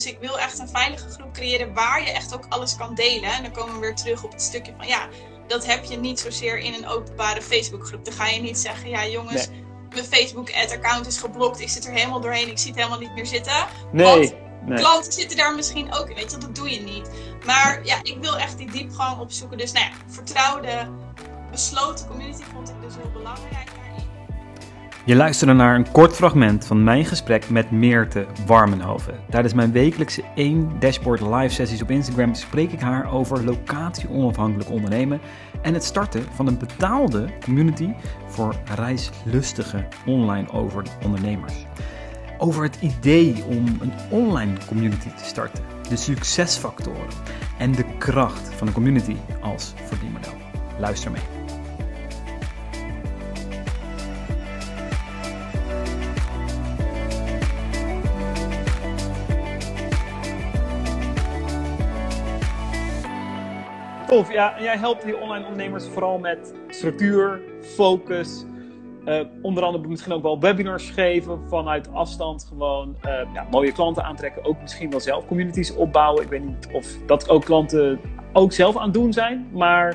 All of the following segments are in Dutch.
ik wil echt een veilige groep creëren waar je echt ook alles kan delen. En dan komen we weer terug op het stukje van dat heb je niet zozeer in een openbare Facebookgroep. Dan ga je niet zeggen, ja jongens, mijn Facebook-ad-account is geblokt. Ik zit er helemaal doorheen, ik zie het helemaal niet meer zitten. Want klanten zitten daar misschien ook in, weet je, dat doe je niet. Maar ik wil echt die diepgang opzoeken. Dus vertrouwde, besloten community vond ik dus heel belangrijk. Je luisterde naar een kort fragment van mijn gesprek met Meerte Warmenhoven. Tijdens mijn wekelijkse 1 Dashboard live sessies op Instagram spreek ik haar over locatie-onafhankelijk ondernemen en het starten van een betaalde community voor reislustige online ondernemers. Over het idee om een online community te starten, de succesfactoren en de kracht van een community als verdienmodel. Luister mee. Tof, ja, en jij helpt die online ondernemers vooral met structuur, focus, onder andere misschien ook wel webinars geven vanuit afstand, gewoon mooie klanten aantrekken, ook misschien wel zelf communities opbouwen. Ik weet niet of dat ook klanten ook zelf aan het doen zijn, maar...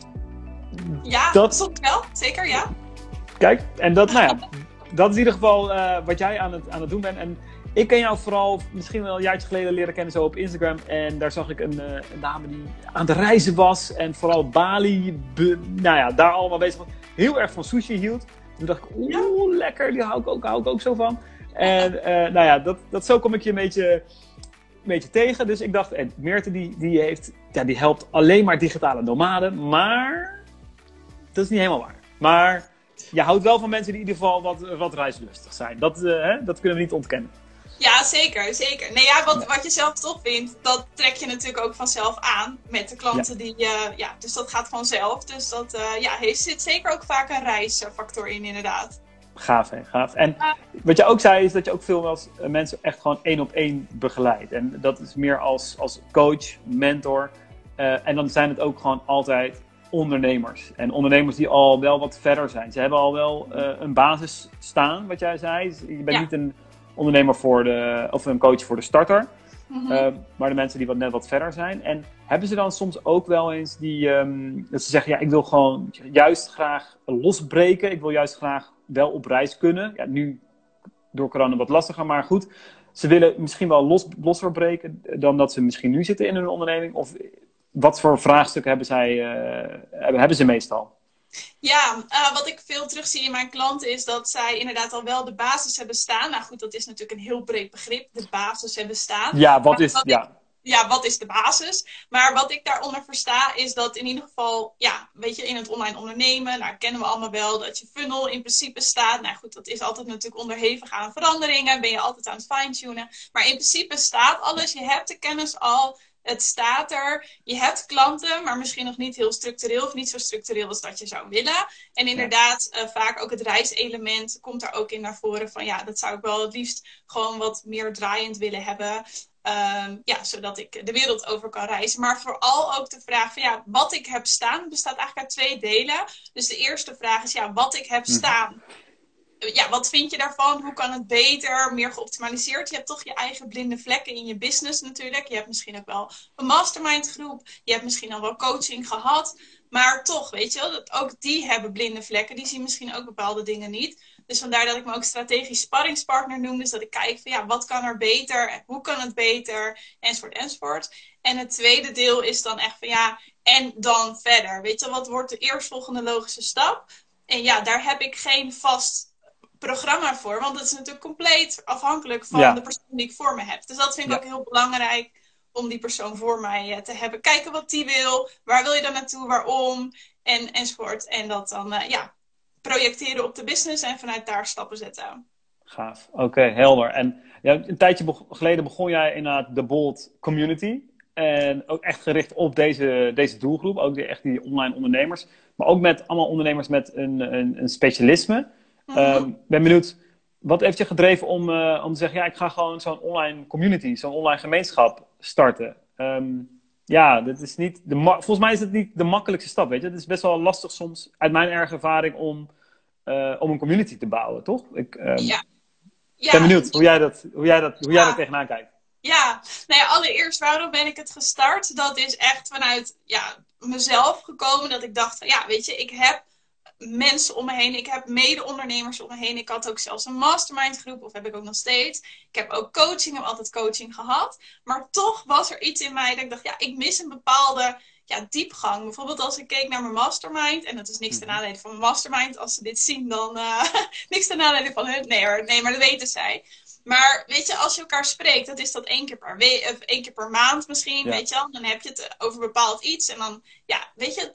Ja, dat soms wel, zeker ja. Kijk, en dat is in ieder geval wat jij aan het doen bent. En ik ken jou vooral misschien wel een jaartje geleden leren kennen zo op Instagram. En daar zag ik een dame die aan het reizen was. En vooral Bali, daar allemaal bezig was. Heel erg van sushi hield. Toen dacht ik, lekker, die hou ik ook zo van. En zo kom ik je een beetje tegen. Dus ik dacht, Meerte die helpt alleen maar digitale nomaden. Maar dat is niet helemaal waar. Maar je houdt wel van mensen die in ieder geval wat reislustig zijn. Dat kunnen we niet ontkennen. Ja, zeker, zeker. Nee, wat je zelf tof vindt, dat trek je natuurlijk ook vanzelf aan met de klanten dus dat gaat vanzelf. Dus dat zit zeker ook vaak een reisfactor in, inderdaad. Gaaf, hè? Gaaf. En wat je ook zei, is dat je ook veel mensen echt gewoon 1-op-1 begeleidt. En dat is meer als coach, mentor. En dan zijn het ook gewoon altijd ondernemers. En ondernemers die al wel wat verder zijn. Ze hebben al wel een basis staan, wat jij zei. Je bent niet een ondernemer of een coach voor de starter. Mm-hmm. Maar de mensen die net wat verder zijn. En hebben ze dan soms ook wel eens dat ze zeggen, ik wil gewoon juist graag losbreken. Ik wil juist graag wel op reis kunnen. Ja, nu door corona wat lastiger, maar goed. Ze willen misschien wel losser breken dan dat ze misschien nu zitten in hun onderneming. Of wat voor vraagstukken hebben ze meestal? Ja, wat ik veel terugzie in mijn klanten is dat zij inderdaad al wel de basis hebben staan. Nou goed, dat is natuurlijk een heel breed begrip. De basis hebben staan. Ja, wat is de basis? Maar wat ik daaronder versta is dat in ieder geval, in het online ondernemen, kennen we allemaal wel dat je funnel in principe staat. Nou goed, dat is altijd natuurlijk onderhevig aan veranderingen. Ben je altijd aan het fine-tunen. Maar in principe staat alles. Je hebt de kennis al. Het staat er. Je hebt klanten, maar misschien nog niet heel structureel of niet zo structureel als dat je zou willen. En inderdaad, vaak ook het reiselement komt daar ook in naar voren van dat zou ik wel het liefst gewoon wat meer draaiend willen hebben. Zodat ik de wereld over kan reizen. Maar vooral ook de vraag van wat ik heb staan bestaat eigenlijk uit 2 delen. Dus de eerste vraag is wat ik heb staan. Wat vind je daarvan? Hoe kan het beter, meer geoptimaliseerd? Je hebt toch je eigen blinde vlekken in je business natuurlijk. Je hebt misschien ook wel een mastermind groep. Je hebt misschien al wel coaching gehad. Maar toch, weet je wel, dat ook die hebben blinde vlekken. Die zien misschien ook bepaalde dingen niet. Dus vandaar dat ik me ook strategisch sparringspartner noem. Dus dat ik kijk van wat kan er beter? Hoe kan het beter? Enzovoort, enzovoort. En het tweede deel is dan echt van en dan verder. Weet je, wat wordt de eerstvolgende logische stap? En daar heb ik geen vast programma voor. Want dat is natuurlijk compleet afhankelijk van de persoon die ik voor me heb. Dus dat vind ik ook heel belangrijk om die persoon voor mij te hebben. Kijken wat die wil. Waar wil je dan naartoe? Waarom? Enzovoort. En dat dan projecteren op de business en vanuit daar stappen zetten. Gaaf. Oké, helder. En een tijdje geleden begon jij inderdaad de Bold Community. En ook echt gericht op deze doelgroep. Ook echt die online ondernemers. Maar ook met allemaal ondernemers met een specialisme. Ben benieuwd, wat heeft je gedreven om te zeggen, ik ga gewoon zo'n online community, zo'n online gemeenschap starten? Dat is niet volgens mij is het niet de makkelijkste stap, weet je. Het is best wel lastig soms, uit mijn eigen ervaring, om een community te bouwen, toch? Ik ben benieuwd hoe jij dat tegenaan kijkt. Ja, nou ja, allereerst waarom ben ik het gestart? Dat is echt vanuit mezelf gekomen. Dat ik dacht van ja, weet je, ik heb mensen om me heen. Ik heb mede-ondernemers om me heen. Ik had ook zelfs een mastermind groep, of heb ik ook nog steeds. Ik heb ook coaching, heb altijd coaching gehad. Maar toch was er iets in mij dat ik dacht, ja, ik mis een bepaalde diepgang. Bijvoorbeeld als ik keek naar mijn mastermind, en dat is niks ten nadele van mijn mastermind. Als ze dit zien, dan niks ten nadele van hun. Nee hoor, nee, maar dat weten zij. Maar weet je, als je elkaar spreekt, dat is dat 1 keer per maand misschien, weet je wel. Dan heb je het over bepaald iets. En dan, ja, weet je,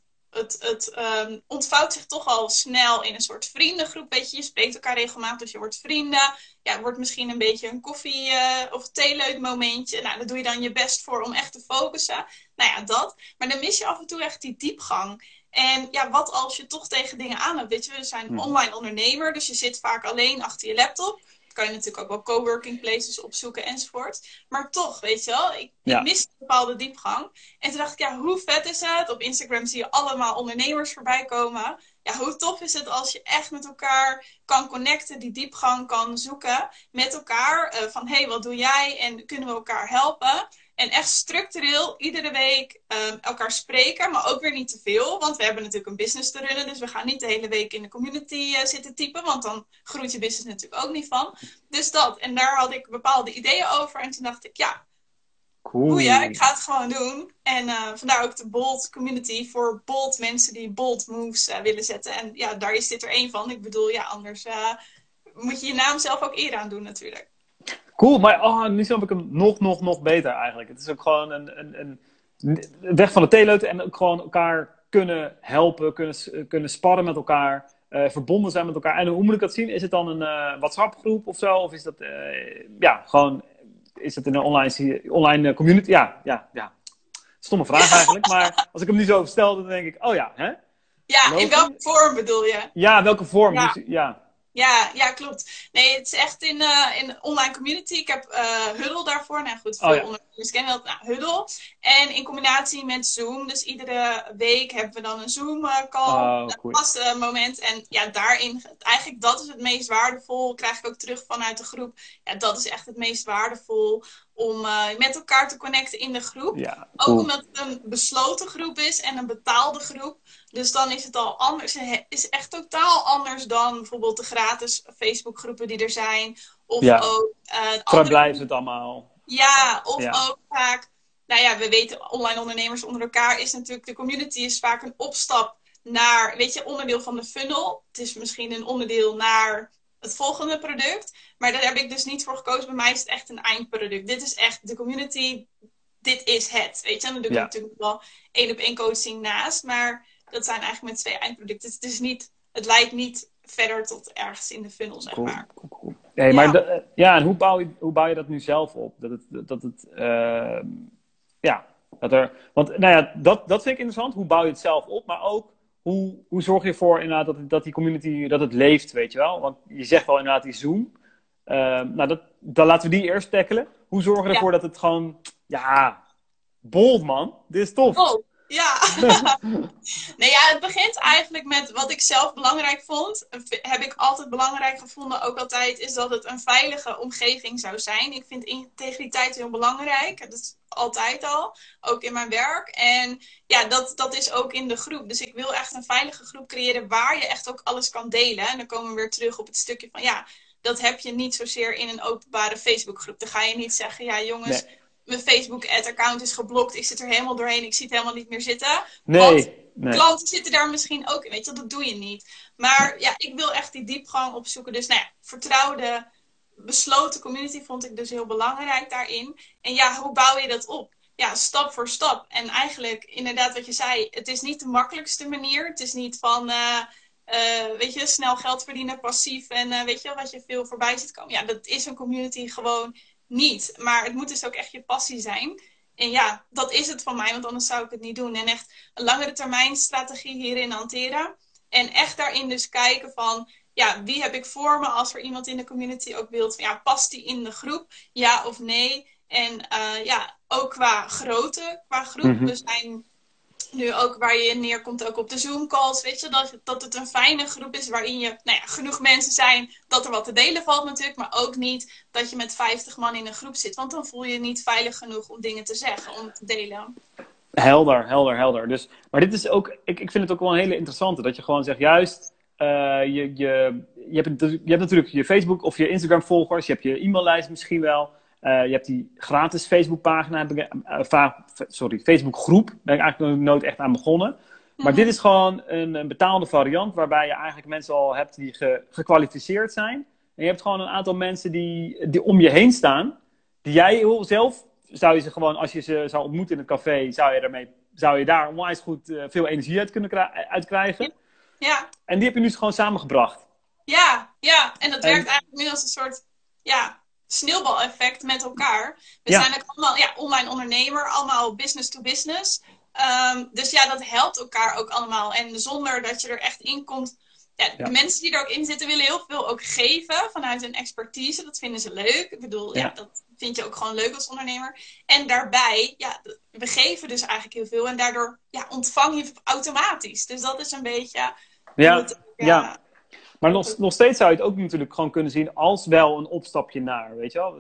het ontvouwt zich toch al snel in een soort vriendengroep, weet je. Je spreekt elkaar regelmatig, dus je wordt vrienden. Ja, het wordt misschien een beetje een koffie- of theeleut momentje. Nou, daar doe je dan je best voor om echt te focussen. Nou ja, dat. Maar dan mis je af en toe echt die diepgang. En ja, wat als je toch tegen dingen aan hebt? Weet je, we zijn online ondernemer, dus je zit vaak alleen achter je laptop. Kan je natuurlijk ook wel coworking places opzoeken enzovoort. Maar toch, weet je wel, ik mis een bepaalde diepgang. En toen dacht ik, ja, hoe vet is het? Op Instagram zie je allemaal ondernemers voorbij komen. Ja, hoe tof is het als je echt met elkaar kan connecten, die diepgang kan zoeken met elkaar. Van, hé, wat doe jij? En kunnen we elkaar helpen? En echt structureel iedere week elkaar spreken, maar ook weer niet te veel. Want we hebben natuurlijk een business te runnen, dus we gaan niet de hele week in de community zitten typen. Want dan groeit je business natuurlijk ook niet van. Dus dat. En daar had ik bepaalde ideeën over. En toen dacht ik, ja, boeien, ik ga het gewoon doen. En vandaar ook de Bold community voor bold mensen die bold moves willen zetten. En ja, daar is dit er één van. Ik bedoel, ja, anders moet je je naam zelf ook eer aan doen natuurlijk. Cool, maar nu snap ik hem nog beter eigenlijk. Het is ook gewoon een weg van de theeleut en ook gewoon elkaar kunnen helpen, kunnen sparren met elkaar, verbonden zijn met elkaar. En hoe moet ik dat zien? Is het dan een WhatsApp-groep of zo? Of is dat gewoon, is het in een online community? Ja. Stomme vraag eigenlijk, maar als ik hem nu zo stel, dan denk ik, oh ja, hè? Ja, in welke vorm bedoel je? Ja, welke vorm? Ja. Dus, ja. Ja, klopt. Nee, het is echt in een online community. Ik heb Huddle daarvoor. Nou goed, veel ondernemers kennen dat. Nou, Huddle. En in combinatie met Zoom. Dus iedere week hebben we dan een Zoom-call. Een vast moment. En ja, daarin, eigenlijk dat is het meest waardevol. Krijg ik ook terug vanuit de groep. Ja, dat is echt het meest waardevol. Om met elkaar te connecten in de groep. Ja, cool. Ook omdat het een besloten groep is en een betaalde groep. Dus dan is het al anders. Het is echt totaal anders dan bijvoorbeeld de gratis Facebookgroepen die er zijn. Of ook vrijblijvend allemaal. Ja, of ook vaak. Nou ja, we weten, online ondernemers onder elkaar is natuurlijk, de community is vaak een opstap naar, weet je, onderdeel van de funnel. Het is misschien een onderdeel naar het volgende product. Maar daar heb ik dus niet voor gekozen. Bij mij is het echt een eindproduct. Dit is echt de community. Dit is het. Weet je, dan doe ik natuurlijk wel 1-op-1 coaching naast. Maar dat zijn eigenlijk met 2 eindproducten. Het is niet, het leidt niet verder tot ergens in de funnel, zeg maar. Cool. Nee, maar en hoe bouw je dat nu zelf op? Want nou ja, dat vind ik interessant. Hoe bouw je het zelf op? Maar ook, hoe zorg je ervoor inderdaad dat die community, dat het leeft, weet je wel? Want je zegt wel inderdaad die Zoom. Dan laten we die eerst tackelen. Hoe zorgen we ervoor dat het gewoon, bold man, dit is tof. Oh. Ja. Nee, ja, het begint eigenlijk met wat ik zelf belangrijk vond. Heb ik altijd belangrijk gevonden, ook altijd, is dat het een veilige omgeving zou zijn. Ik vind integriteit heel belangrijk. Dat is altijd al, ook in mijn werk. En ja, dat is ook in de groep. Dus ik wil echt een veilige groep creëren waar je echt ook alles kan delen. En dan komen we weer terug op het stukje van, dat heb je niet zozeer in een openbare Facebookgroep. Dan ga je niet zeggen, ja jongens... Nee. Mijn Facebook-ad-account is geblokt. Ik zit er helemaal doorheen. Ik zie het helemaal niet meer zitten. Want klanten zitten daar misschien ook in. Weet je, dat doe je niet. Maar ja, ik wil echt die diepgang opzoeken. Dus vertrouwde, besloten community vond ik dus heel belangrijk daarin. En ja, hoe bouw je dat op? Ja, stap voor stap. En eigenlijk, inderdaad wat je zei. Het is niet de makkelijkste manier. Het is niet van... weet je, snel geld verdienen, passief. En weet je, wat je veel voorbij ziet komen. Ja, dat is een community gewoon... niet. Maar het moet dus ook echt je passie zijn. En ja, dat is het van mij, want anders zou ik het niet doen. En echt een langere termijn strategie hierin hanteren. En echt daarin dus kijken van, wie heb ik voor me als er iemand in de community ook wilt. Van, past die in de groep? Ja of nee? En ook qua grootte, qua groep. We zijn nu ook waar je neerkomt, ook op de Zoom-calls, weet je, dat het een fijne groep is waarin je, nou ja, genoeg mensen zijn, dat er wat te delen valt natuurlijk, maar ook niet dat je met 50 man in een groep zit, want dan voel je je niet veilig genoeg om dingen te zeggen, om te delen. Helder. Dus, maar dit is ook, ik vind het ook wel een hele interessante, dat je gewoon zegt, juist, je hebt natuurlijk je Facebook of je Instagram volgers, je hebt je e-maillijst misschien wel. Je hebt die gratis Facebookpagina, Facebook groep, daar ben ik eigenlijk nog nooit echt aan begonnen. Maar dit is gewoon een betaalde variant, waarbij je eigenlijk mensen al hebt die gekwalificeerd zijn. En je hebt gewoon een aantal mensen die om je heen staan, die jij zelf, zou je ze gewoon, als je ze zou ontmoeten in het café, zou je daar onwijs goed veel energie uit kunnen uitkrijgen. Ja. En die heb je nu gewoon samengebracht. Ja. En dat werkt eigenlijk nu als een soort, sneeuwbaleffect met elkaar. We zijn ook allemaal online ondernemer, allemaal business to business. Dus dat helpt elkaar ook allemaal. En zonder dat je er echt in komt. Ja, de mensen die er ook in zitten willen heel veel ook geven vanuit hun expertise. Dat vinden ze leuk. Ik bedoel, dat vind je ook gewoon leuk als ondernemer. En daarbij, we geven dus eigenlijk heel veel. En daardoor ontvang je automatisch. Dus dat is een beetje... Maar nog steeds zou je het ook natuurlijk gewoon kunnen zien als wel een opstapje naar, weet je wel.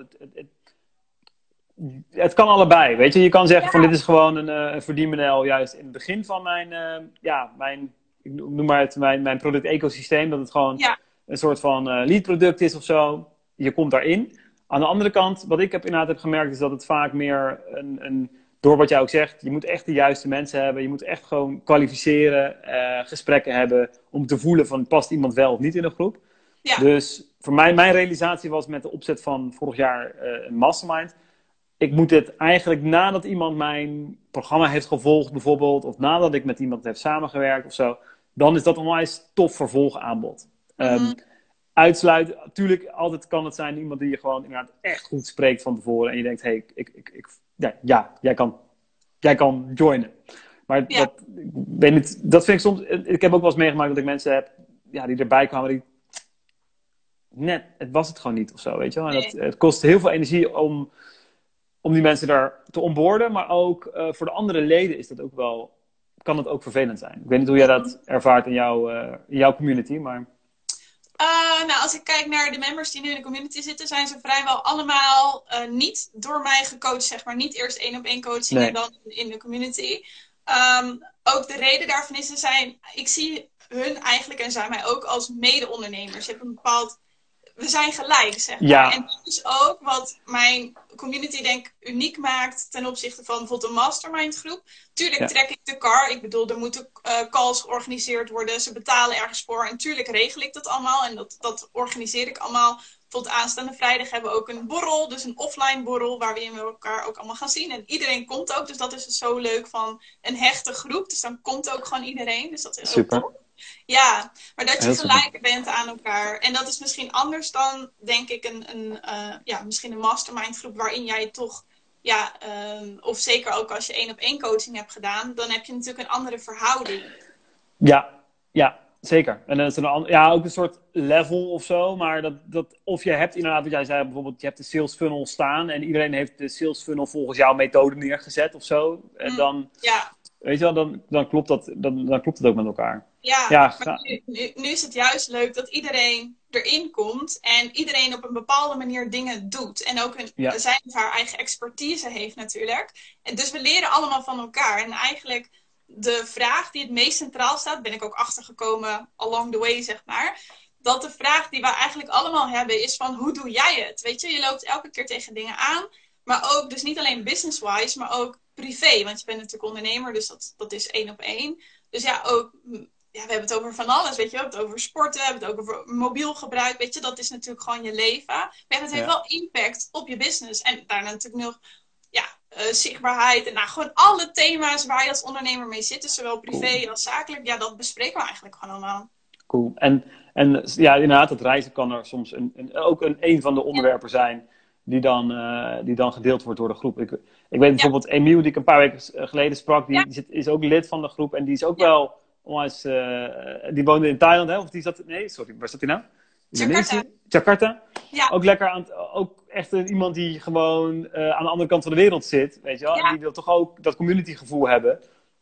Het kan allebei, weet je. Je kan zeggen van dit is gewoon een verdienmodel juist in het begin van ik noem maar het, mijn product-ecosysteem. Dat het gewoon een soort van lead-product is of zo. Je komt daarin. Aan de andere kant, wat ik inderdaad heb gemerkt, is dat het vaak meer door wat jij ook zegt, je moet echt de juiste mensen hebben. Je moet echt gewoon kwalificeren, gesprekken hebben om te voelen van past iemand wel of niet in een groep. Ja. Dus voor mij, mijn realisatie was met de opzet van vorig jaar een mastermind. Ik moet dit eigenlijk nadat iemand mijn programma heeft gevolgd bijvoorbeeld, of nadat ik met iemand heb samengewerkt of zo, dan is dat een onwijs tof vervolgaanbod. Uitsluiten, natuurlijk, altijd kan het zijn iemand die je gewoon inderdaad echt goed spreekt van tevoren en je denkt, hey, jij kan joinen. Maar dat vind ik soms, ik heb ook wel eens meegemaakt dat ik mensen heb die erbij kwamen die het was het gewoon niet of zo, weet je wel. En het kost heel veel energie om die mensen daar te onboarden, maar ook voor de andere leden is dat ook wel, kan het ook vervelend zijn. Ik weet niet hoe jij dat ervaart in jouw community, maar... als ik kijk naar de members die nu in de community zitten, zijn ze vrijwel allemaal niet door mij gecoacht, zeg maar. Niet eerst 1-op-1 coaching en dan in de community. Ook de reden daarvan is, ik zie hun eigenlijk en zij mij ook als mede-ondernemers. Je hebt een bepaald... We zijn gelijk, zeg maar. Ja. En dat is ook wat mijn community, denk ik, uniek maakt ten opzichte van bijvoorbeeld een mastermind groep. Tuurlijk trek ik de kar. Ik bedoel, er moeten calls georganiseerd worden. Ze betalen ergens voor. En tuurlijk regel ik dat allemaal. En dat organiseer ik allemaal. Bijvoorbeeld aanstaande vrijdag hebben we ook een borrel. Dus een offline borrel waar we elkaar ook allemaal gaan zien. En iedereen komt ook. Dus dat is zo leuk van een hechte groep. Dus dan komt ook gewoon iedereen. Dus dat is super. Ook top. Ja, maar dat je gelijk bent aan elkaar. En dat is misschien anders dan, denk ik, misschien een mastermind groep waarin jij toch, of zeker ook als je 1-op-1 coaching hebt gedaan, dan heb je natuurlijk een andere verhouding. Ja, zeker. En dan is er ook een soort level of zo, maar of je hebt inderdaad, wat jij zei, bijvoorbeeld, je hebt de sales funnel staan en iedereen heeft de sales funnel volgens jouw methode neergezet of zo. En dan... Weet je wel, dan klopt het ook met elkaar. Maar nu is het juist leuk dat iedereen erin komt en iedereen op een bepaalde manier dingen doet. En ook zijn of haar eigen expertise heeft natuurlijk. En dus we leren allemaal van elkaar. En eigenlijk de vraag die het meest centraal staat, ben ik ook achtergekomen along the way, zeg maar. Dat de vraag die we eigenlijk allemaal hebben is van, hoe doe jij het? Weet je loopt elke keer tegen dingen aan. Maar ook, dus niet alleen business-wise, maar ook privé. Want je bent natuurlijk ondernemer, dus dat is 1-op-1. Dus we hebben het over van alles, weet je. We hebben het over sporten, we hebben het ook over mobiel gebruik, weet je. Dat is natuurlijk gewoon je leven. Maar het heeft wel impact op je business. En daarna natuurlijk nog, zichtbaarheid. En gewoon alle thema's waar je als ondernemer mee zit. Dus zowel privé als zakelijk. Dat bespreken we eigenlijk gewoon allemaal. Cool. En inderdaad, het reizen kan er soms ook een van de onderwerpen zijn die dan gedeeld wordt door de groep. Ik weet bijvoorbeeld Emiel, die ik een paar weken geleden sprak, die is ook lid van de groep en die is ook wel onwijs, die woonde in Thailand, hè? Of die zat, nee, sorry, waar zat hij nou? Jakarta. Ja. Ook lekker ook echt iemand die gewoon aan de andere kant van de wereld zit, weet je wel? Ja. En die wil toch ook dat community gevoel hebben.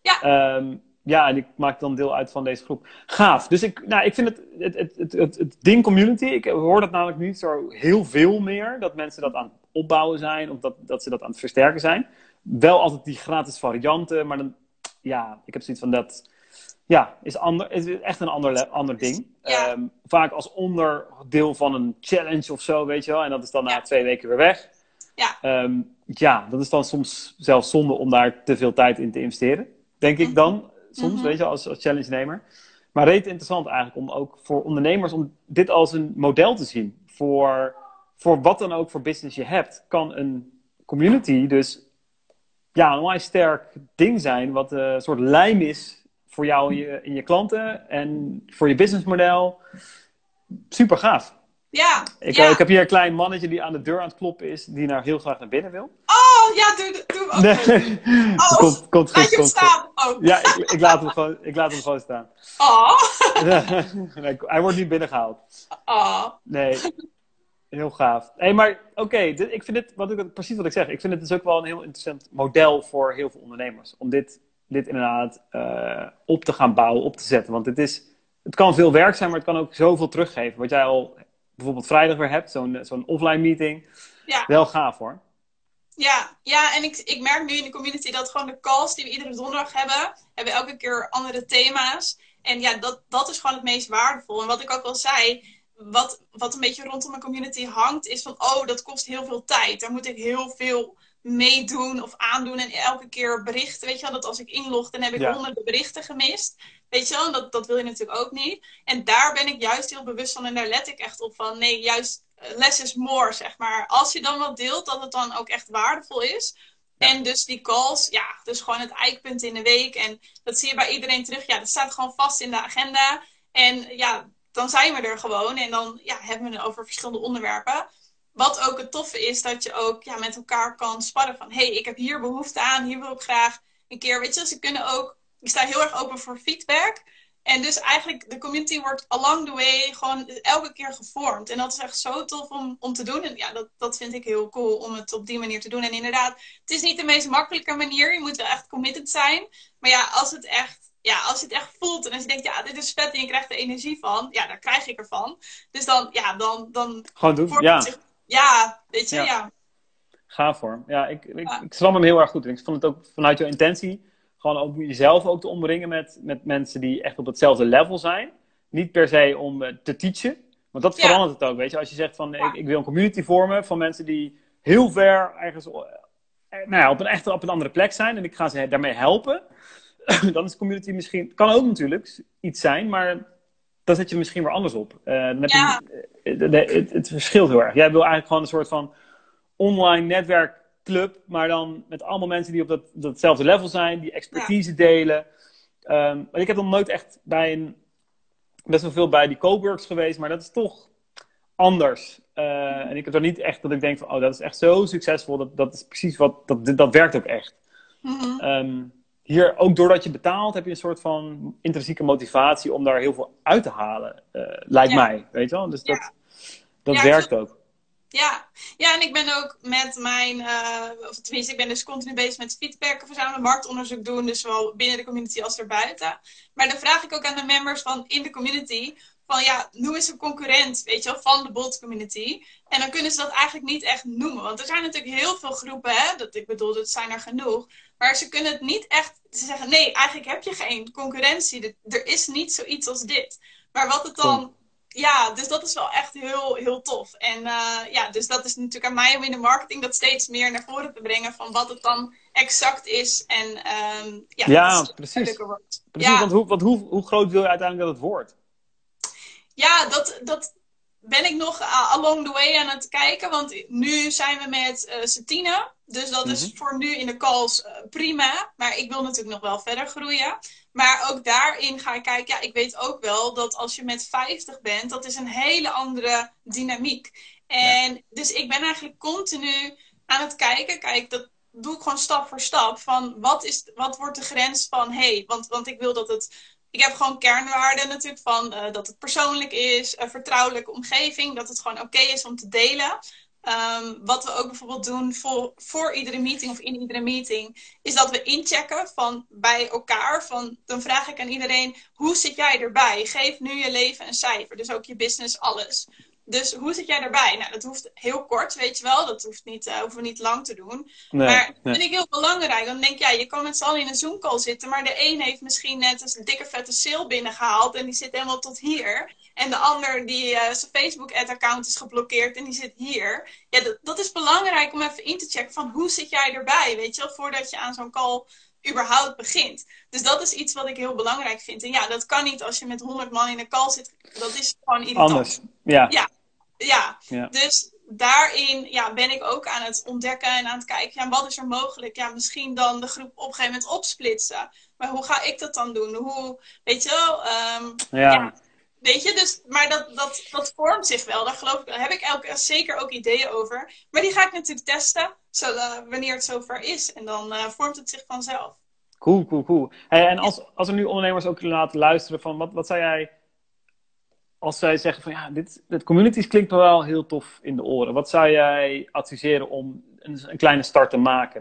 Ja. Ja, en ik maak dan deel uit van deze groep. Gaaf. Dus ik vind het ding community, ik hoor dat namelijk niet zo heel veel meer, dat mensen dat aan het opbouwen zijn, of dat ze dat aan het versterken zijn. Wel altijd die gratis varianten, maar dan, ja, ik heb zoiets van dat, ja, is echt een ander ding. Ja. Vaak als onderdeel van een challenge of zo, weet je wel, en dat is dan na 2 weken weer weg. Ja. Ja, dat is dan soms zelfs zonde om daar te veel tijd in te investeren, denk ik dan. Soms, weet je, als challenge-nemer. Maar reet interessant eigenlijk om ook voor ondernemers om dit als een model te zien. Voor wat dan ook voor business je hebt, kan een community dus ja, een onwijs sterk ding zijn. Wat een soort lijm is voor jou in je klanten en voor je businessmodel. Super gaaf. Ja. Ik heb hier een klein mannetje die aan de deur aan het kloppen is, die nou heel graag naar binnen wil. Oh, ja, doe hem ook. Nee. Oh, komt laat goed, je hem staan. Oh. Ja, ik laat hem gewoon staan. Oh. Nee, hij wordt niet binnengehaald. Oh. Nee, heel gaaf. Hey, maar oké, ik vind dit, precies wat ik zeg, ik vind het dus ook wel een heel interessant model voor heel veel ondernemers. Om dit inderdaad op te gaan bouwen, op te zetten. Want het kan veel werk zijn, maar het kan ook zoveel teruggeven. Wat jij al bijvoorbeeld vrijdag weer hebt, zo'n offline meeting. Ja. Wel gaaf hoor. Ja, en ik merk nu in de community dat gewoon de calls die we iedere donderdag hebben elke keer andere thema's. En ja, dat is gewoon het meest waardevol. En wat ik ook al zei, wat een beetje rondom mijn community hangt, is van, oh, dat kost heel veel tijd. Daar moet ik heel veel meedoen of aandoen en elke keer berichten. Weet je wel, dat als ik inlog, dan heb ik honderden berichten gemist. Weet je wel, dat wil je natuurlijk ook niet. En daar ben ik juist heel bewust van en daar let ik echt op van, nee, juist less is more, zeg maar. Als je dan wat deelt, dat het dan ook echt waardevol is. Ja. En dus die calls, ja, dus gewoon het eikpunt in de week. En dat zie je bij iedereen terug. Ja, dat staat gewoon vast in de agenda. En ja, dan zijn we er gewoon. En dan hebben we het over verschillende onderwerpen. Wat ook het toffe is, dat je ook met elkaar kan sparren van, hey, ik heb hier behoefte aan, hier wil ik graag een keer, weet je, ze kunnen ook, ik sta heel erg open voor feedback. En dus eigenlijk, de community wordt along the way gewoon elke keer gevormd. En dat is echt zo tof om te doen. En ja, dat vind ik heel cool om het op die manier te doen. En inderdaad, het is niet de meest makkelijke manier. Je moet wel echt committed zijn. Maar ja, als je het echt voelt en als je denkt, ja, dit is vet en je krijgt er energie van. Ja, daar krijg ik ervan. Dus dan gewoon doen, ja, weet je, ja. Gaaf hoor. Ja, ik snap hem heel erg goed. En ik vond het ook vanuit jouw intentie, gewoon ook jezelf ook te omringen met mensen die echt op hetzelfde level zijn. Niet per se om te teachen. Want dat verandert het ook, weet je. Als je zegt van, ik wil een community vormen van mensen die heel ver ergens, op een andere plek zijn. En ik ga ze daarmee helpen. Dan is community misschien, kan ook natuurlijk iets zijn, maar dan zet je misschien weer anders op. Het verschilt heel erg. Jij wil eigenlijk gewoon een soort van online netwerkclub, maar dan met allemaal mensen die op datzelfde level zijn, die expertise delen. Maar ik heb nog nooit echt best wel veel bij die coworks geweest, maar dat is toch anders. En ik heb er niet echt dat ik denk van, oh, dat is echt zo succesvol, dat is precies dat werkt ook echt. Mm-hmm. Hier, ook doordat je betaalt, heb je een soort van intrinsieke motivatie om daar heel veel uit te halen. Lijkt mij, weet je wel? Dus dat werkt ook. Ja, en ik ben ook met mijn, of tenminste, ik ben dus continu bezig met feedback verzamelen, marktonderzoek doen, dus zowel binnen de community als erbuiten. Maar dan vraag ik ook aan de members van in de community, van noem eens een concurrent, weet je wel, van de Bold community. En dan kunnen ze dat eigenlijk niet echt noemen, want er zijn natuurlijk heel veel groepen, hè, dat zijn er genoeg. Maar ze kunnen het niet echt, ze zeggen, nee, eigenlijk heb je geen concurrentie, er is niet zoiets als dit. Maar wat het dan... Ja, dus dat is wel echt heel, heel tof. En dus dat is natuurlijk aan mij om in de marketing dat steeds meer naar voren te brengen van wat het dan exact is. En precies. Ja. Want hoe groot wil je uiteindelijk dat het wordt? Ja, dat ben ik nog along the way aan het kijken. Want nu zijn we met Satine. Dus dat is voor nu in de calls prima. Maar ik wil natuurlijk nog wel verder groeien. Maar ook daarin ga ik kijken. Ja, ik weet ook wel dat als je met 50 bent, dat is een hele andere dynamiek. En dus ik ben eigenlijk continu aan het kijken. Kijk, dat doe ik gewoon stap voor stap. Van wat wordt de grens van, want ik wil dat het... Ik heb gewoon kernwaarden natuurlijk van dat het persoonlijk is, een vertrouwelijke omgeving, dat het gewoon oké is om te delen. Wat we ook bijvoorbeeld doen voor iedere meeting of in iedere meeting, is dat we inchecken van bij elkaar. Dan vraag ik aan iedereen, hoe zit jij erbij? Geef nu je leven een cijfer. Dus ook je business, alles. Dus hoe zit jij erbij? Nou, dat hoeft heel kort, weet je wel. Dat hoeven we niet lang te doen. Nee, maar dat vind ik heel belangrijk. Dan denk je, je kan met z'n allen in een Zoom-call zitten. Maar de een heeft misschien net een dikke vette sale binnengehaald. En die zit helemaal tot hier. En de ander die zijn Facebook-ad-account is geblokkeerd. En die zit hier. Ja, dat is belangrijk om even in te checken van hoe zit jij erbij? Weet je wel, voordat je aan zo'n call überhaupt begint. Dus dat is iets wat ik heel belangrijk vind. En ja, dat kan niet als je met 100 man in een call zit. Dat is gewoon irritant. Anders, ja. Dus daarin ben ik ook aan het ontdekken en aan het kijken. Wat is er mogelijk? Ja, misschien dan de groep op een gegeven moment opsplitsen. Maar hoe ga ik dat dan doen? Weet je wel? Weet je, dus, maar dat vormt zich wel. Daar heb ik zeker ook ideeën over. Maar die ga ik natuurlijk testen. Wanneer het zover is. En dan vormt het zich vanzelf. Cool. Hey, en als er nu ondernemers ook laten luisteren van wat zou jij, als zij zeggen van dit communities klinkt me wel heel tof in de oren. Wat zou jij adviseren om een kleine start te maken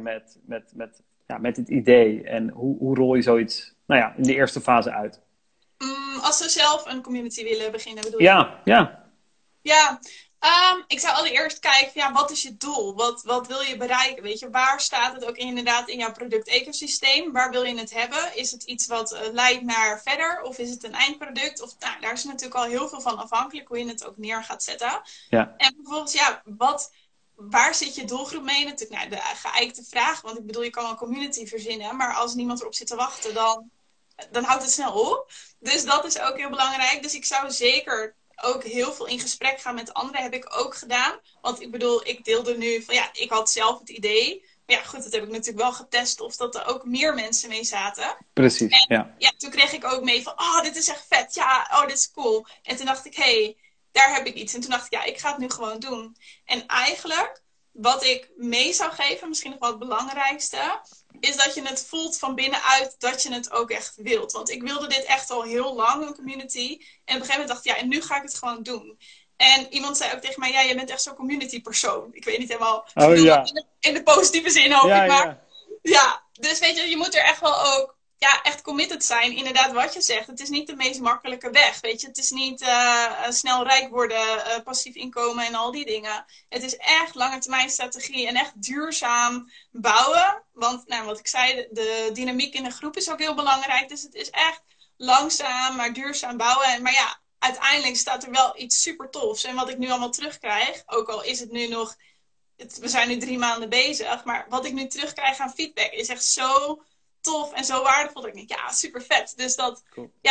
met dit idee? En hoe rol je zoiets in de eerste fase uit? Als ze zelf een community willen beginnen, bedoel je? Ja. Ik zou allereerst kijken, wat is je doel? Wat wil je bereiken? Weet je, waar staat het ook inderdaad in jouw product-ecosysteem? Waar wil je het hebben? Is het iets wat leidt naar verder? Of is het een eindproduct? Of, daar is natuurlijk al heel veel van afhankelijk hoe je het ook neer gaat zetten. Ja. En vervolgens, waar zit je doelgroep mee? Natuurlijk, de geëikte vraag. Want ik bedoel, je kan wel een community verzinnen. Maar als niemand erop zit te wachten, dan houdt het snel op. Dus dat is ook heel belangrijk. Dus ik zou zeker ook heel veel in gesprek gaan met anderen. Heb ik ook gedaan. Want ik bedoel, ik deelde nu van ik had zelf het idee. Maar goed, dat heb ik natuurlijk wel getest of dat er ook meer mensen mee zaten. Precies, en, toen kreeg ik ook mee van, dit is echt vet. Dit is cool. En toen dacht ik, daar heb ik iets. En toen dacht ik, ik ga het nu gewoon doen. En eigenlijk, wat ik mee zou geven, misschien nog wel het belangrijkste, is dat je het voelt van binnenuit dat je het ook echt wilt. Want ik wilde dit echt al heel lang, een community. En op een gegeven moment dacht ik, en nu ga ik het gewoon doen. En iemand zei ook tegen mij, jij bent echt zo'n community persoon. Ik weet niet helemaal, in de positieve zin hoop ik maar. Ja, dus weet je moet er echt wel ook echt committed zijn. Inderdaad wat je zegt. Het is niet de meest makkelijke weg. Weet je, het is niet snel rijk worden, passief inkomen en al die dingen. Het is echt lange termijn strategie en echt duurzaam bouwen. Want wat ik zei, de dynamiek in de groep is ook heel belangrijk. Dus het is echt langzaam, maar duurzaam bouwen. Maar uiteindelijk staat er wel iets super tofs. En wat ik nu allemaal terugkrijg, ook al is het nu nog, we zijn nu 3 maanden bezig. Maar wat ik nu terugkrijg aan feedback is echt zo tof en zo waardevol. Dat ik denk, super vet. Dus dat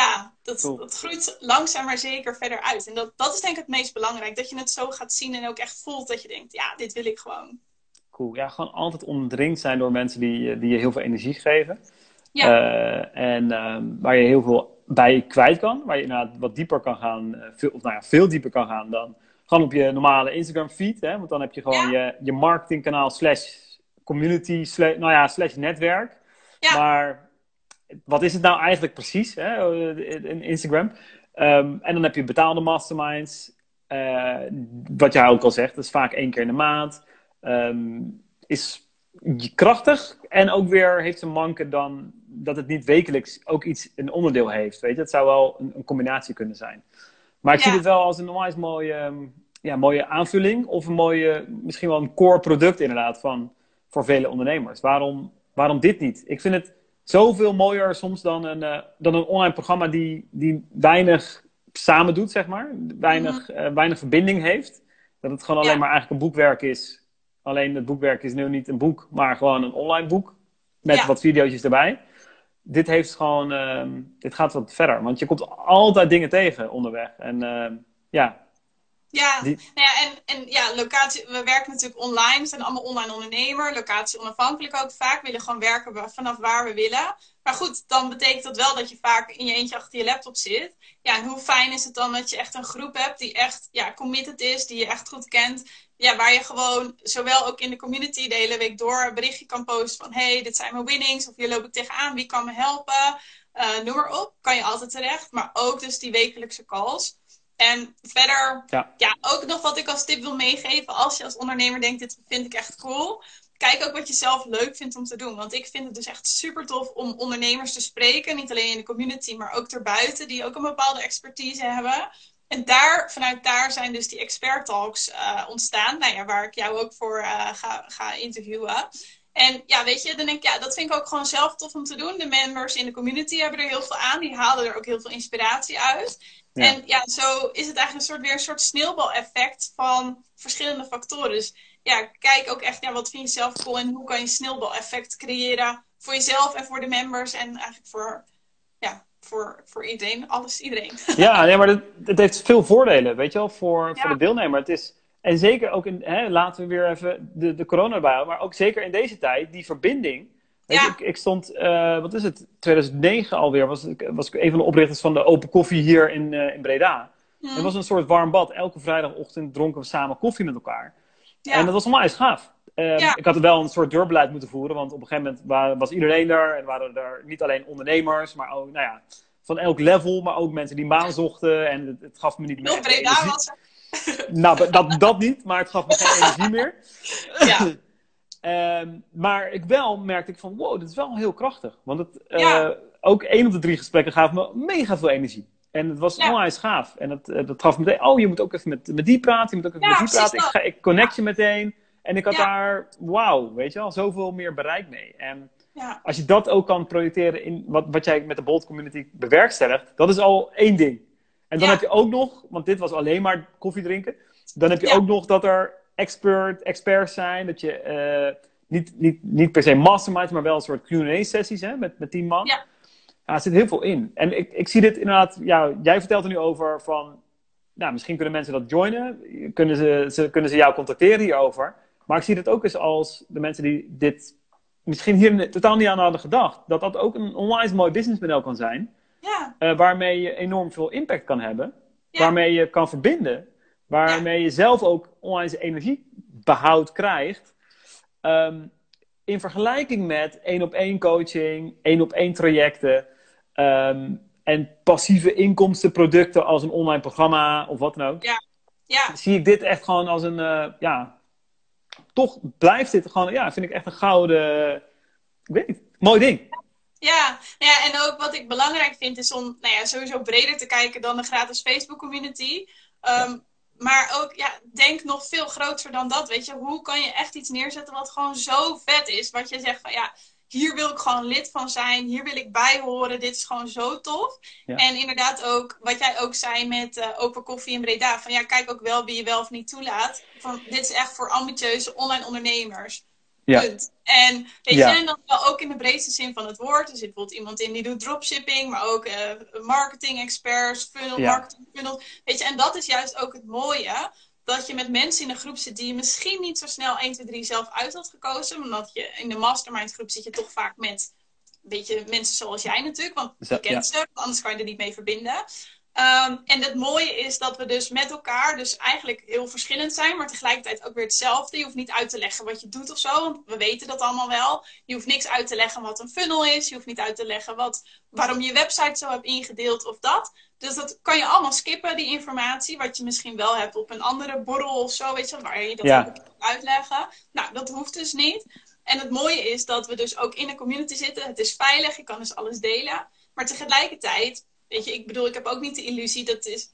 groeit langzaam maar zeker verder uit. En dat is denk ik het meest belangrijk. Dat je het zo gaat zien en ook echt voelt dat je denkt, dit wil ik gewoon. Cool. Ja, gewoon altijd omringd zijn door mensen die je heel veel energie geven. Ja. Waar je heel veel bij kwijt kan. Waar je inderdaad wat dieper kan gaan. Veel dieper kan gaan dan gewoon op je normale Instagram feed. Hè? Want dan heb je gewoon je marketingkanaal /community / netwerk. Ja. Maar wat is het nou eigenlijk precies, hè, in Instagram? En dan heb je betaalde masterminds. Wat jij ook al zegt, dat is vaak 1 keer in de maand. Is krachtig en ook weer heeft zijn manke dan dat het niet wekelijks ook een onderdeel heeft. Weet je? Het zou wel een combinatie kunnen zijn. Maar ik zie dit wel als een onwijs mooie aanvulling. Of misschien wel een core product inderdaad voor vele ondernemers. Waarom dit niet? Ik vind het zoveel mooier soms dan een online programma die weinig samen doet, zeg maar. Weinig verbinding heeft. Dat het gewoon alleen maar eigenlijk een boekwerk is. Alleen het boekwerk is nu niet een boek, maar gewoon een online boek. Met wat video's erbij. Dit heeft gewoon, dit gaat wat verder. Want je komt altijd dingen tegen onderweg. En locatie, we werken natuurlijk online. We zijn allemaal online ondernemer. Locatie onafhankelijk ook vaak. We willen gewoon werken vanaf waar we willen. Maar goed, dan betekent dat wel dat je vaak in je eentje achter je laptop zit. Ja, en hoe fijn is het dan dat je echt een groep hebt die echt committed is. Die je echt goed kent. Ja, waar je gewoon, zowel ook in de community de hele week door een berichtje kan posten van dit zijn mijn winnings. Of hier loop ik tegenaan, wie kan me helpen? Noem maar op, kan je altijd terecht. Maar ook dus die wekelijkse calls. En verder, Ja. ook nog wat ik als tip wil meegeven. Als je als ondernemer denkt, dit vind ik echt cool. Kijk ook wat je zelf leuk vindt om te doen. Want ik vind het dus echt super tof om ondernemers te spreken. Niet alleen in de community, maar ook erbuiten. Die ook een bepaalde expertise hebben. En vanuit daar zijn dus die expert talks ontstaan. Nou ja, waar ik jou ook voor ga interviewen. En ja, weet je, dan denk ik, dat vind ik ook gewoon zelf tof om te doen. De members in de community hebben er heel veel aan. Die halen er ook heel veel inspiratie uit. Ja. En ja, zo is het eigenlijk weer een soort sneeuwbaleffect van verschillende factoren. Dus ja, kijk ook echt, wat vind je zelf cool en hoe kan je een sneeuwbaleffect creëren voor jezelf en voor de members en eigenlijk voor iedereen, iedereen. Ja, nee, maar het heeft veel voordelen, weet je wel, voor de deelnemer. Het is, en zeker ook, laten we weer even de corona erbij houden, maar ook zeker in deze tijd, die verbinding. Weet je, ik stond, 2009 alweer, was ik een van de oprichters van de Open Koffie hier in Breda. Het was een soort warm bad. Elke vrijdagochtend dronken we samen koffie met elkaar. Ja. En dat was allemaal eens gaaf. Ik had er wel een soort deurbeleid moeten voeren, want op een gegeven moment was iedereen er. En waren er niet alleen ondernemers, maar ook, van elk level, maar ook mensen die maan zochten. En het gaf me niet meer Breda was er. Nou, dat niet, maar het gaf me geen energie meer. Ja. Maar merkte ik van, wow, dit is wel heel krachtig. Want ook 1 op de 3 gesprekken gaf me mega veel energie. En het was onwijs gaaf. En dat gaf me meteen, je moet ook even met die praten. Je moet ook even met die praten. Ik connect je meteen. En ik had daar, wauw, weet je wel, zoveel meer bereik mee. En als je dat ook kan projecteren in wat jij met de Bold Community bewerkstelligt, dat is al 1 ding. En dan heb je ook nog, want dit was alleen maar koffie drinken. Dan heb je ook nog dat er experts zijn. Dat je niet per se masterminds, maar wel een soort Q&A-sessies met 10 man. Ja, er zit heel veel in. En ik zie dit inderdaad, jij vertelt er nu over van, misschien kunnen mensen dat joinen. Kunnen ze jou contacteren hierover. Maar ik zie het ook eens als de mensen die dit misschien hier totaal niet aan hadden gedacht. Dat ook een onwijs mooi businessmodel kan zijn. Ja. Waarmee je enorm veel impact kan hebben. Ja. Waarmee je kan verbinden. Waarmee je zelf ook onwijs energiebehoud krijgt. In vergelijking met 1-op-1 coaching, 1-op-1 trajecten. En passieve inkomstenproducten als een online programma of wat dan ook. Ja. Zie ik dit echt gewoon als een... toch blijft dit gewoon... vind ik echt een gouden... Ik weet niet. Mooi ding. Ja, en ook wat ik belangrijk vind is om sowieso breder te kijken dan de gratis Facebook community. Maar ook, denk nog veel groter dan dat, weet je. Hoe kan je echt iets neerzetten wat gewoon zo vet is? Wat je zegt van, hier wil ik gewoon lid van zijn. Hier wil ik bij horen. Dit is gewoon zo tof. Ja. En inderdaad ook, wat jij ook zei met Open Koffie in Breda. Van kijk ook wel wie je wel of niet toelaat. Van, dit is echt voor ambitieuze online ondernemers. Ja. Punt. En weet je, en dan wel ook in de breedste zin van het woord. Er zit bijvoorbeeld iemand in die doet dropshipping, maar ook marketing experts, marketing funnels. Weet je, en dat is juist ook het mooie. Dat je met mensen in een groep zit die je misschien niet zo snel 1, 2, 3 zelf uit had gekozen. Omdat je in de mastermind groep zit je toch vaak met een beetje mensen zoals jij natuurlijk. Want je kent ze, anders kan je er niet mee verbinden. En het mooie is dat we dus met elkaar dus eigenlijk heel verschillend zijn, maar tegelijkertijd ook weer hetzelfde. Je hoeft niet uit te leggen wat je doet of zo, want we weten dat allemaal wel. Je hoeft niks uit te leggen wat een funnel is. Je hoeft niet uit te leggen waarom je website zo hebt ingedeeld of dat. Dus dat kan je allemaal skippen, die informatie, wat je misschien wel hebt op een andere borrel of zo, weet je, waar je dat ook kan uitleggen. Nou, dat hoeft dus niet. En het mooie is dat we dus ook in een community zitten. Het is veilig, je kan dus alles delen. Maar tegelijkertijd... Weet je, ik heb ook niet de illusie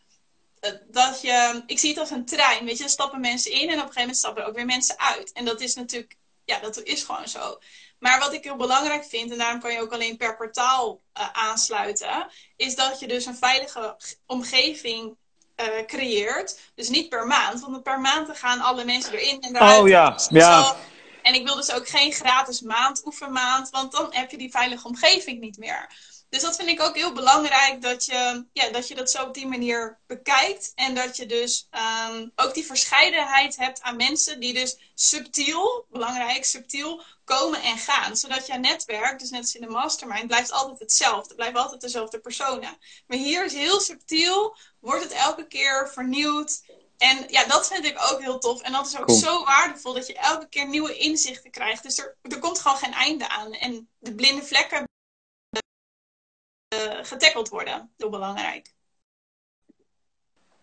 ik zie het als een trein, weet je, er stappen mensen in en op een gegeven moment stappen er ook weer mensen uit. En dat is natuurlijk, dat is gewoon zo. Maar wat ik heel belangrijk vind, en daarom kan je ook alleen per kwartaal aansluiten, is dat je dus een veilige omgeving creëert. Dus niet per maand, want per maand gaan alle mensen erin en daaruit. En ik wil dus ook geen gratis oefenmaand, want dan heb je die veilige omgeving niet meer. Dus dat vind ik ook heel belangrijk, dat je dat zo op die manier bekijkt. En dat je dus ook die verscheidenheid hebt aan mensen die dus subtiel komen en gaan. Zodat jouw netwerk, dus net als in de mastermind, blijft altijd hetzelfde. Blijft altijd dezelfde personen. Maar hier is heel subtiel, wordt het elke keer vernieuwd. En dat vind ik ook heel tof. En dat is ook zo waardevol, dat je elke keer nieuwe inzichten krijgt. Dus er komt gewoon geen einde aan. En de blinde vlekken getackeld worden. Heel belangrijk.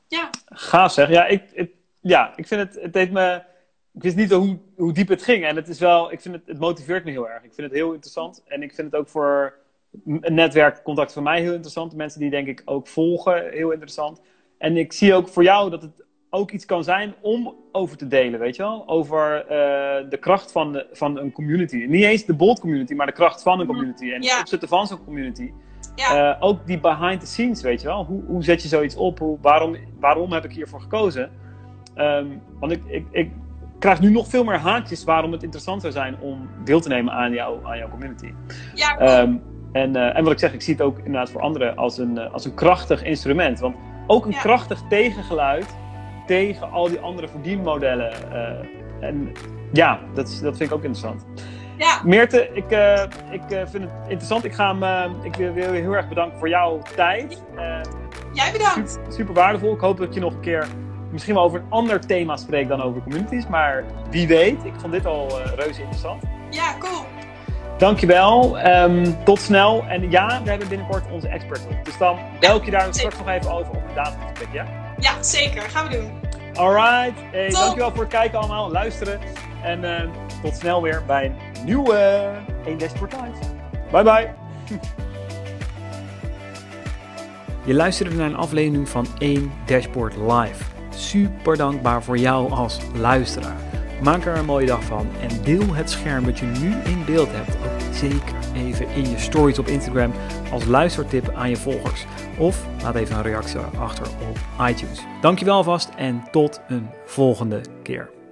Ja. Gaaf zeg. Ja, ik vind het heeft me... Ik wist niet hoe diep het ging. En het is wel... Ik vind het motiveert me heel erg. Ik vind het heel interessant. En ik vind het ook voor een netwerkcontact voor mij heel interessant. Mensen die denk ik ook volgen, heel interessant. En ik zie ook voor jou dat het ook iets kan zijn om over te delen, weet je wel? Over de kracht van een community. Niet eens de Bold community, maar de kracht van een community. En het opzetten van zo'n community. Ja. Ook die behind the scenes, weet je wel? Hoe zet je zoiets op? Waarom heb ik hiervoor gekozen? Want ik krijg nu nog veel meer haakjes waarom het interessant zou zijn om deel te nemen aan jouw community. Ja, cool. En wat ik zeg, ik zie het ook inderdaad voor anderen als een krachtig instrument. Want ook een krachtig tegengeluid tegen al die andere verdienmodellen. En ja, dat vind ik ook interessant. Ja. Meerte, ik vind het interessant. Ik wil je heel erg bedanken voor jouw tijd. Jij bedankt. Super waardevol. Ik hoop dat je nog een keer misschien wel over een ander thema spreekt dan over communities. Maar wie weet, ik vond dit al reuze interessant. Ja, cool. Dankjewel. Tot snel. En ja, we hebben binnenkort onze expert op. Dus dan bel ik je daar straks nog even over om de datum te spreken, ja? Ja, zeker. Gaan we doen. Alright. Hey, dankjewel voor het kijken allemaal, luisteren. En tot snel weer bij een nieuwe 1 Dashboard Live. Bye bye. Je luisterde naar een aflevering van 1 Dashboard Live. Super dankbaar voor jou als luisteraar. Maak er een mooie dag van en deel het scherm dat je nu in beeld hebt ook zeker even in je stories op Instagram als luistertip aan je volgers. Of laat even een reactie achter op iTunes. Dankjewel alvast en tot een volgende keer.